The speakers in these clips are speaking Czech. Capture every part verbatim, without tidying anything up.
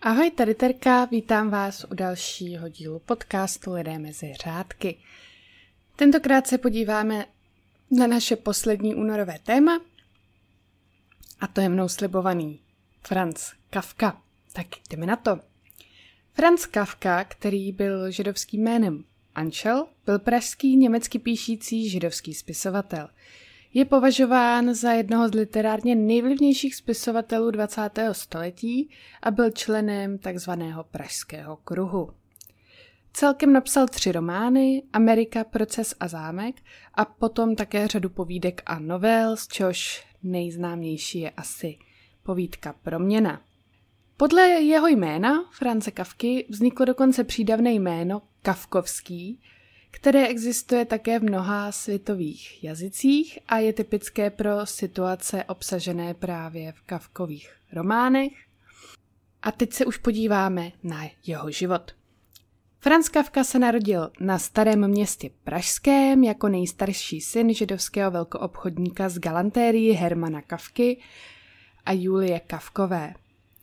Ahoj, tady Terka, vítám vás u dalšího dílu podcastu Lidé mezi řádky. Tentokrát se podíváme na naše poslední únorové téma a to je mnou slibovaný Franz Kafka. Tak jdeme na to. Franz Kafka, který byl židovským jménem Anšel, byl pražský německy píšící židovský spisovatel. Je považován za jednoho z literárně nejvlivnějších spisovatelů dvacátého století a byl členem takzvaného pražského kruhu. Celkem napsal tři romány, Amerika, Proces a zámek, a potom také řadu povídek a novel, z čehož nejznámější je asi povídka Proměna. Podle jeho jména, Franze Kafky, vzniklo dokonce přídavné jméno Kafkovský, které existuje také v mnoha světových jazycích a je typické pro situace obsažené právě v Kafkových románech. A teď se už podíváme na jeho život. Franz Kafka se narodil na Starém Městě pražském jako nejstarší syn židovského velkoobchodníka z galantérii Hermana Kafky a Julie Kafkové.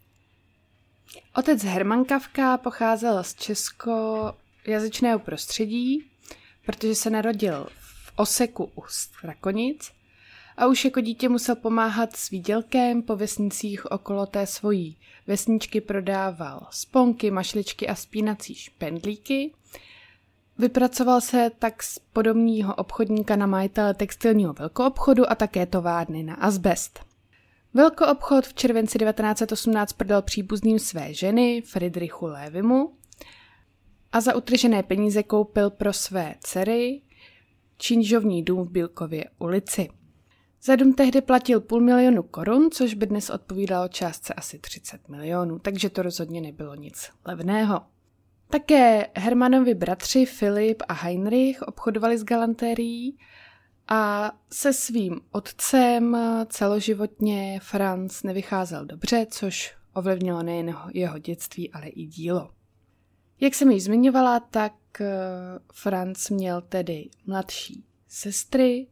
Otec Herman Kafka pocházel z českojazyčného prostředí, protože se narodil v Oseku u Strakonic a už jako dítě musel pomáhat s výdělkem po vesnicích okolo té svojí vesničky, prodával sponky, mašličky a spínací špendlíky. Vypracoval se tak z podobného obchodníka na majitele textilního velkoobchodu a také továrny na azbest. Velkoobchod v červenci devatenáct set osmnáct prodal příbuzným své ženy Friedrichu Lévimu a za utržené peníze koupil pro své dcery činžovní dům v Bílkově ulici. Za dům tehdy platil půl milionu korun, což by dnes odpovídalo částce asi třicet milionů, takže to rozhodně nebylo nic levného. Také Hermanovi bratři Filip a Heinrich obchodovali s galantérií a se svým otcem celoživotně Franz nevycházel dobře, což ovlivnilo nejen jeho dětství, ale i dílo. Jak jsem již zmiňovala, tak Franz měl tedy mladší sestry,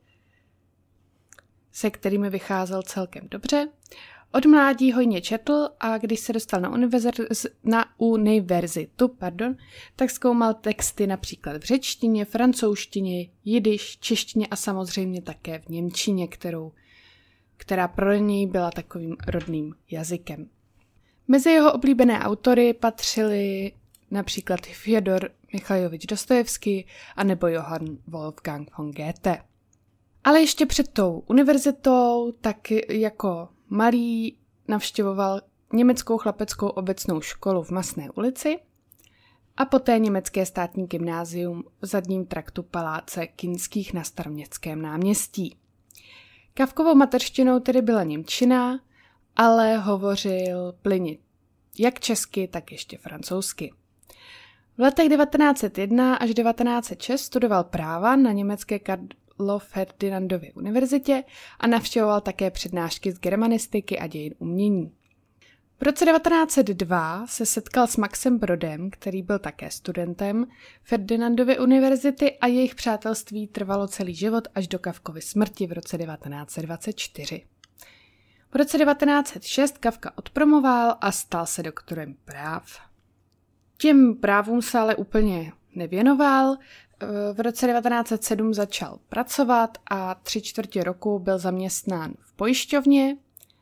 se kterými vycházel celkem dobře. Od mládí hojně četl a když se dostal na, univerz- na univerzitu, pardon, tak zkoumal texty například v řečtině, francouzštině, jidiš, češtině a samozřejmě také v němčině, kterou, která pro něj byla takovým rodným jazykem. Mezi jeho oblíbené autory patřili například Fjodor Michajlovič Dostojevský a nebo Johann Wolfgang von Goethe. Ale ještě před tou univerzitou tak jako malý navštěvoval německou chlapeckou obecnou školu v Masné ulici a poté německé státní gymnázium v zadním traktu paláce Kinských na Staroměstském náměstí. Kafkovou mateřštinou tedy byla němčina, ale hovořil plynně jak česky, tak ještě francouzsky. V letech devatenáct set jedna až devatenáct set šest studoval práva na německé Karlo Ferdinandově univerzitě a navštěvoval také přednášky z germanistiky a dějin umění. V roce devatenáct set dva se setkal s Maxem Brodem, který byl také studentem Ferdinandovy univerzity a jejich přátelství trvalo celý život až do Kafkovy smrti v roce devatenáct set dvacet čtyři. V roce devatenáct set šest Kafka odpromoval a stal se doktorem práv. Těm právům se ale úplně nevěnoval. V roce devatenáct set sedm začal pracovat a tři čtvrtě roku byl zaměstnán v pojišťovně,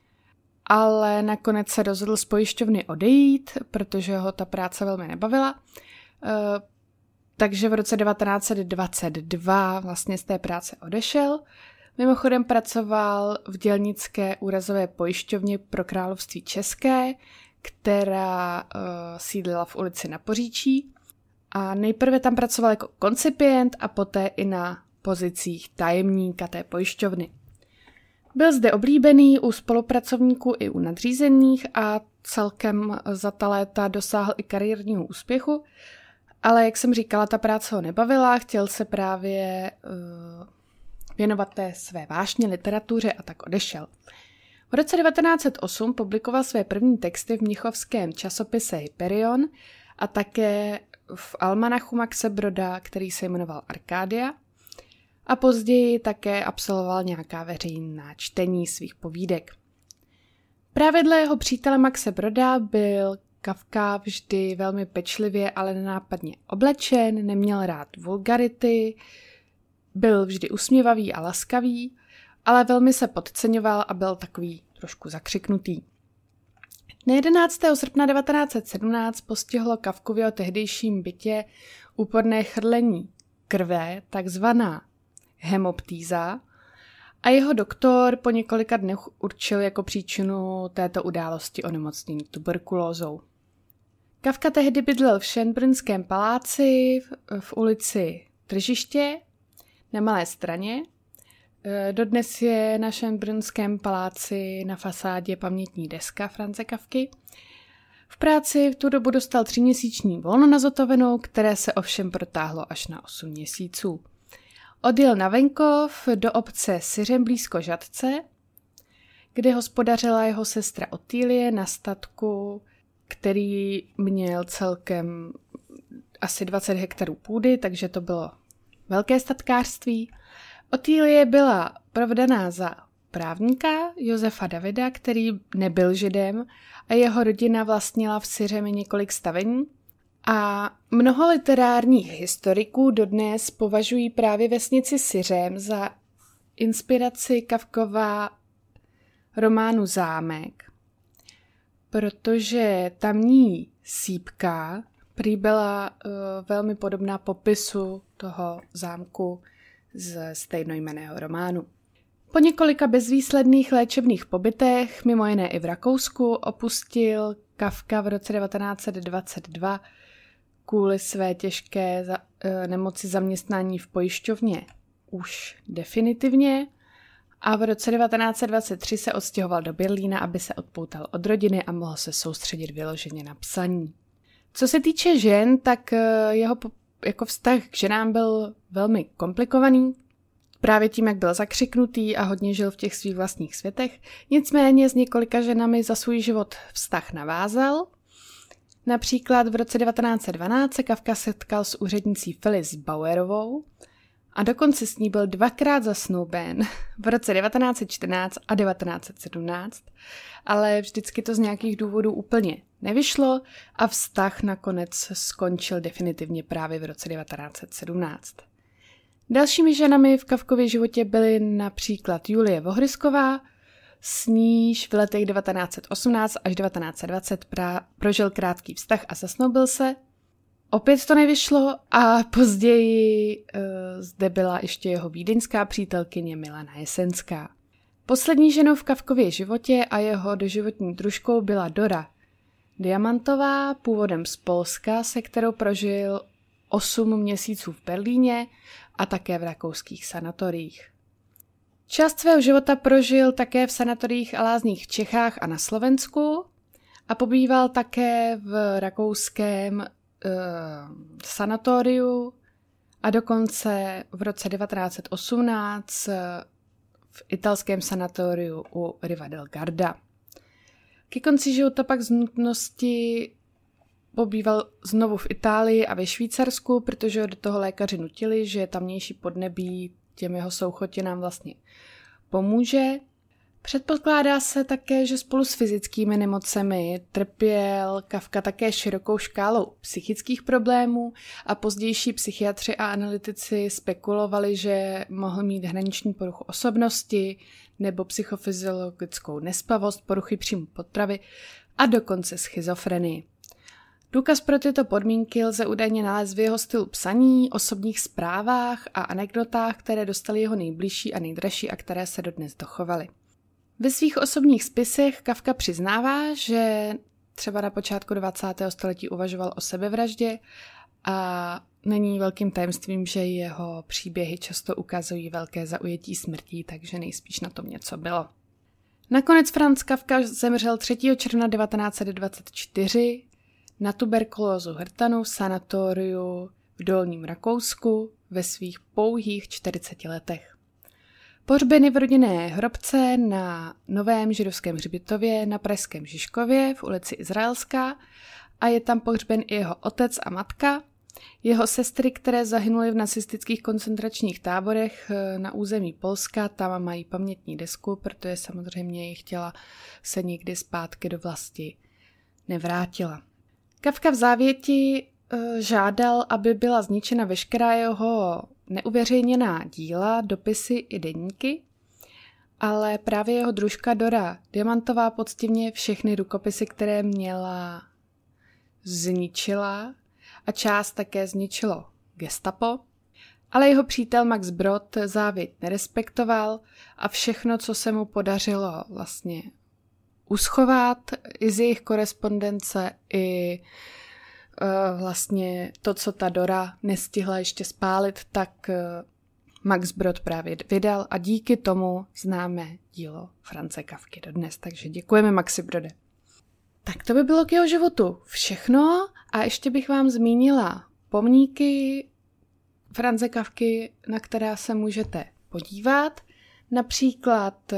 ale nakonec se rozhodl z pojišťovny odejít, protože ho ta práce velmi nebavila. Takže v roce devatenáct set dvacet dva vlastně z té práce odešel. Mimochodem pracoval v dělnické úrazové pojišťovně pro království české, která uh, sídlila v ulici Na Poříčí. A nejprve tam pracoval jako koncipient a poté i na pozicích tajemníka té pojišťovny. Byl zde oblíbený u spolupracovníků i u nadřízených a celkem za ta léta dosáhl i kariérního úspěchu, ale jak jsem říkala, ta práce ho nebavila, chtěl se právě uh, věnovat té své vášně, literatuře a tak odešel. V roce devatenáct set osm publikoval své první texty v mnichovském časopise Hyperion a také v almanachu Maxe Broda, který se jmenoval Arkádia, a později také absolvoval nějaká veřejná čtení svých povídek. Právě dle jeho přítele Maxe Broda byl Kafka vždy velmi pečlivě, ale nenápadně oblečen, neměl rád vulgarity, byl vždy usměvavý a laskavý, ale velmi se podceňoval a byl takový trošku zakřiknutý. Dne jedenáctého srpna devatenáct set sedmnáct postihlo Kafku v jeho tehdejším bytě úporné chrlení krve, takzvaná hemoptýza, a jeho doktor po několika dnech určil jako příčinu této události onemocnění tuberkulózou. Kafka tehdy bydlel v Schönbrünnském paláci v, v ulici Tržiště na Malé Straně. Dodnes je na Schönbrünnském paláci na fasádě pamětní deska Franze Kafky. V práci v tu dobu dostal tříměsíční volno na zotavenou, které se ovšem protáhlo až na osm měsíců. Odjel na venkov do obce Syřem blízko Žatce, kde hospodařila jeho sestra Otýlie na statku, který měl celkem asi dvacet hektarů půdy, takže to bylo velké statkářství. Otýlie byla provdaná za právníka Josefa Davida, který nebyl Židem, a jeho rodina vlastnila v Syřemi několik stavení. A mnoho literárních historiků dodnes považují právě vesnici Syřem za inspiraci Kafkova románu Zámek, protože tamní sýpka prý byla uh, velmi podobná popisu toho zámku z stejnojmenného románu. Po několika bezvýsledných léčebných pobytech, mimo jiné i v Rakousku, opustil Kafka v roce devatenáct set dvacet dva kvůli své těžké za, e, nemoci zaměstnání v pojišťovně už definitivně a v roce devatenáct set dvacet tři se odstěhoval do Berlína, aby se odpoutal od rodiny a mohl se soustředit vyloženě na psaní. Co se týče žen, tak e, jeho jako vztah k ženám byl velmi komplikovaný, právě tím, jak byl zakřiknutý a hodně žil v těch svých vlastních světech. Nicméně s několika ženami za svůj život vztah navázal. Například v roce devatenáct set dvanáct se Kafka setkal s úřednicí Phyllis Bauerovou a dokonce s ní byl dvakrát zasnouben v roce devatenáct set čtrnáct a devatenáct set sedmnáct, ale vždycky to z nějakých důvodů úplně nevyšlo a vztah nakonec skončil definitivně právě v roce devatenáct set sedmnáct. Dalšími ženami v Kafkově životě byly například Julie Vohrysková, s níž v letech devatenáct set osmnáct až devatenáct set dvacet pra- prožil krátký vztah a zasnoubil se. Opět to nevyšlo a později uh, zde byla ještě jeho vídeňská přítelkyně Milena Jesenská. Poslední ženou v Kafkově životě a jeho doživotní družkou byla Dora Diamantová, původem z Polska, se kterou prožil osm měsíců v Berlíně a také v rakouských sanatoriích. Část svého života prožil také v sanatoriích a lázních v Čechách a na Slovensku a pobýval také v rakouském e, sanatoriu a dokonce v roce devatenáct set osmnáct v italském sanatoriu u Riva del Garda. Ke konci života pak z nutnosti pobýval znovu v Itálii a ve Švýcarsku, protože ho do toho lékaři nutili, že tamnější podnebí těm jeho souchotinám vlastně pomůže. Předpokládá se také, že spolu s fyzickými nemocemi trpěl Kafka také širokou škálou psychických problémů a pozdější psychiatři a analytici spekulovali, že mohl mít hraniční poruchu osobnosti nebo psychofyziologickou nespavost, poruchy příjmu potravy a dokonce schizofrenii. Důkaz pro tyto podmínky lze údajně nalézt v jeho stylu psaní, osobních zprávách a anekdotách, které dostali jeho nejbližší a nejdražší a které se dodnes dochovaly. Ve svých osobních spisech Kafka přiznává, že třeba na počátku dvacátého století uvažoval o sebevraždě a není velkým tajemstvím, že jeho příběhy často ukazují velké zaujetí smrtí, takže nejspíš na tom něco bylo. Nakonec Franz Kafka zemřel třetího června devatenáct set dvacet čtyři na tuberkulózu hrtanu v sanatoriu v Dolním Rakousku ve svých pouhých čtyřiceti letech. Pohřben je v rodinné hrobce na Novém židovském hřbitově na pražském Žižkově v ulici Izraelská a je tam pohřben i jeho otec a matka, jeho sestry, které zahynuly v nacistických koncentračních táborech na území Polska, tam mají pamětní desku, protože samozřejmě ji chtěla se někdy zpátky do vlasti nevrátila. Kafka v závěti e, žádal, aby byla zničena veškerá jeho neuveřejněná díla, dopisy i deníky, ale právě jeho družka Dora Diamantová poctivně všechny rukopisy, které měla, zničila a část také zničilo gestapo, ale jeho přítel Max Brod závěť nerespektoval a všechno, co se mu podařilo vlastně uschovat, i z jejich korespondence, i uh, vlastně to, co ta Dora nestihla ještě spálit, tak uh, Max Brod právě vydal a díky tomu známe dílo Franze Kafky dodnes. Takže děkujeme, Maxi Brode. Tak to by bylo k jeho životu všechno a ještě bych vám zmínila pomníky Franze Kafky, na která se můžete podívat. Například uh,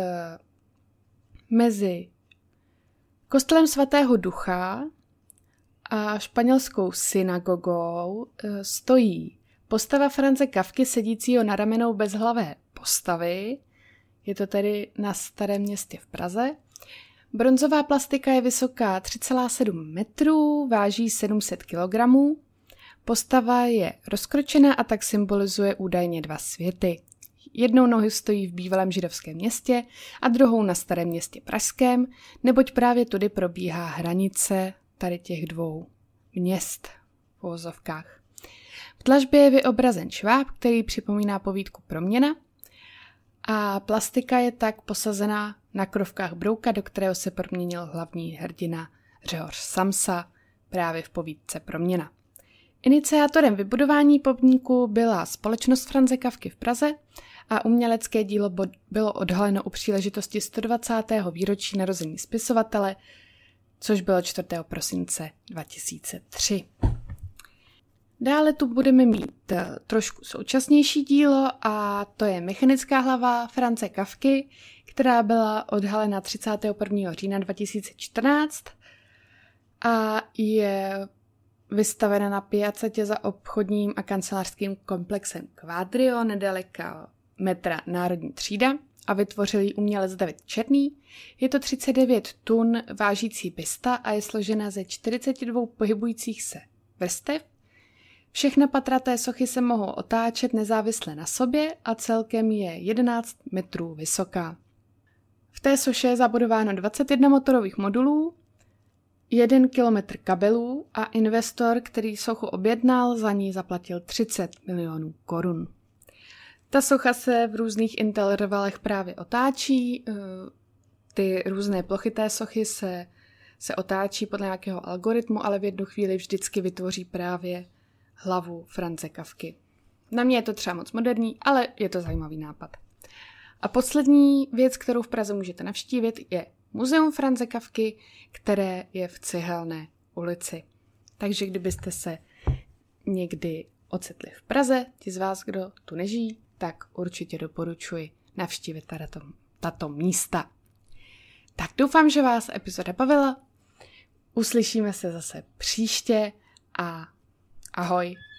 mezi kostelem svatého Ducha a španělskou synagogou stojí postava Franze Kafky sedícího na ramenou bezhlavé postavy. Je to tedy na Starém Městě v Praze. Bronzová plastika je vysoká tři celá sedm metrů, váží sedm set kilogramů. Postava je rozkročená a tak symbolizuje údajně dva světy. Jednou nohu stojí v bývalém židovském městě a druhou na Starém Městě pražském, neboť právě tudy probíhá hranice tady těch dvou měst v uvozovkách. V tlažbě je vyobrazen šváb, který připomíná povídku Proměna a plastika je tak posazená na krovkách brouka, do kterého se proměnil hlavní hrdina Řehoř Samsa právě v povídce Proměna. Iniciátorem vybudování pomníku byla společnost Franze Kafky v Praze a umělecké dílo bylo odhaleno u příležitosti sto dvacátého výročí narození spisovatele, což bylo čtvrtého prosince dva tisíce tři. Dále tu budeme mít trošku současnější dílo a to je Mechanická hlava Franze Kafky, která byla odhalena třicátého prvního října dva tisíce čtrnáct a je vystavena na Piacetě za obchodním a kancelářským komplexem Quadrio nedaleka metra Národní třída a vytvořil ji umělec David Černý. Je to třicet devět tun vážící bysta a je složena ze čtyřicet dva pohybujících se vrstev. Všechna patra té sochy se mohou otáčet nezávisle na sobě a celkem je jedenáct metrů vysoká. V té soše je zabudováno dvacet jedna motorových modulů, jeden kilometr kabelů a investor, který sochu objednal, za ní zaplatil třicet milionů korun. Ta socha se v různých intervalech právě otáčí, ty různé plochy té sochy se, se otáčí podle nějakého algoritmu, ale v jednu chvíli vždycky vytvoří právě hlavu Franze Kafky. Na mě je to třeba moc moderní, ale je to zajímavý nápad. A poslední věc, kterou v Praze můžete navštívit, je Muzeum Franze Kafky, které je v Cihelné ulici. Takže kdybyste se někdy ocitli v Praze, ti z vás, kdo tu nežijí, tak určitě doporučuji navštívit tato, tato místa. Tak doufám, že vás epizoda bavila. Uslyšíme se zase příště a ahoj.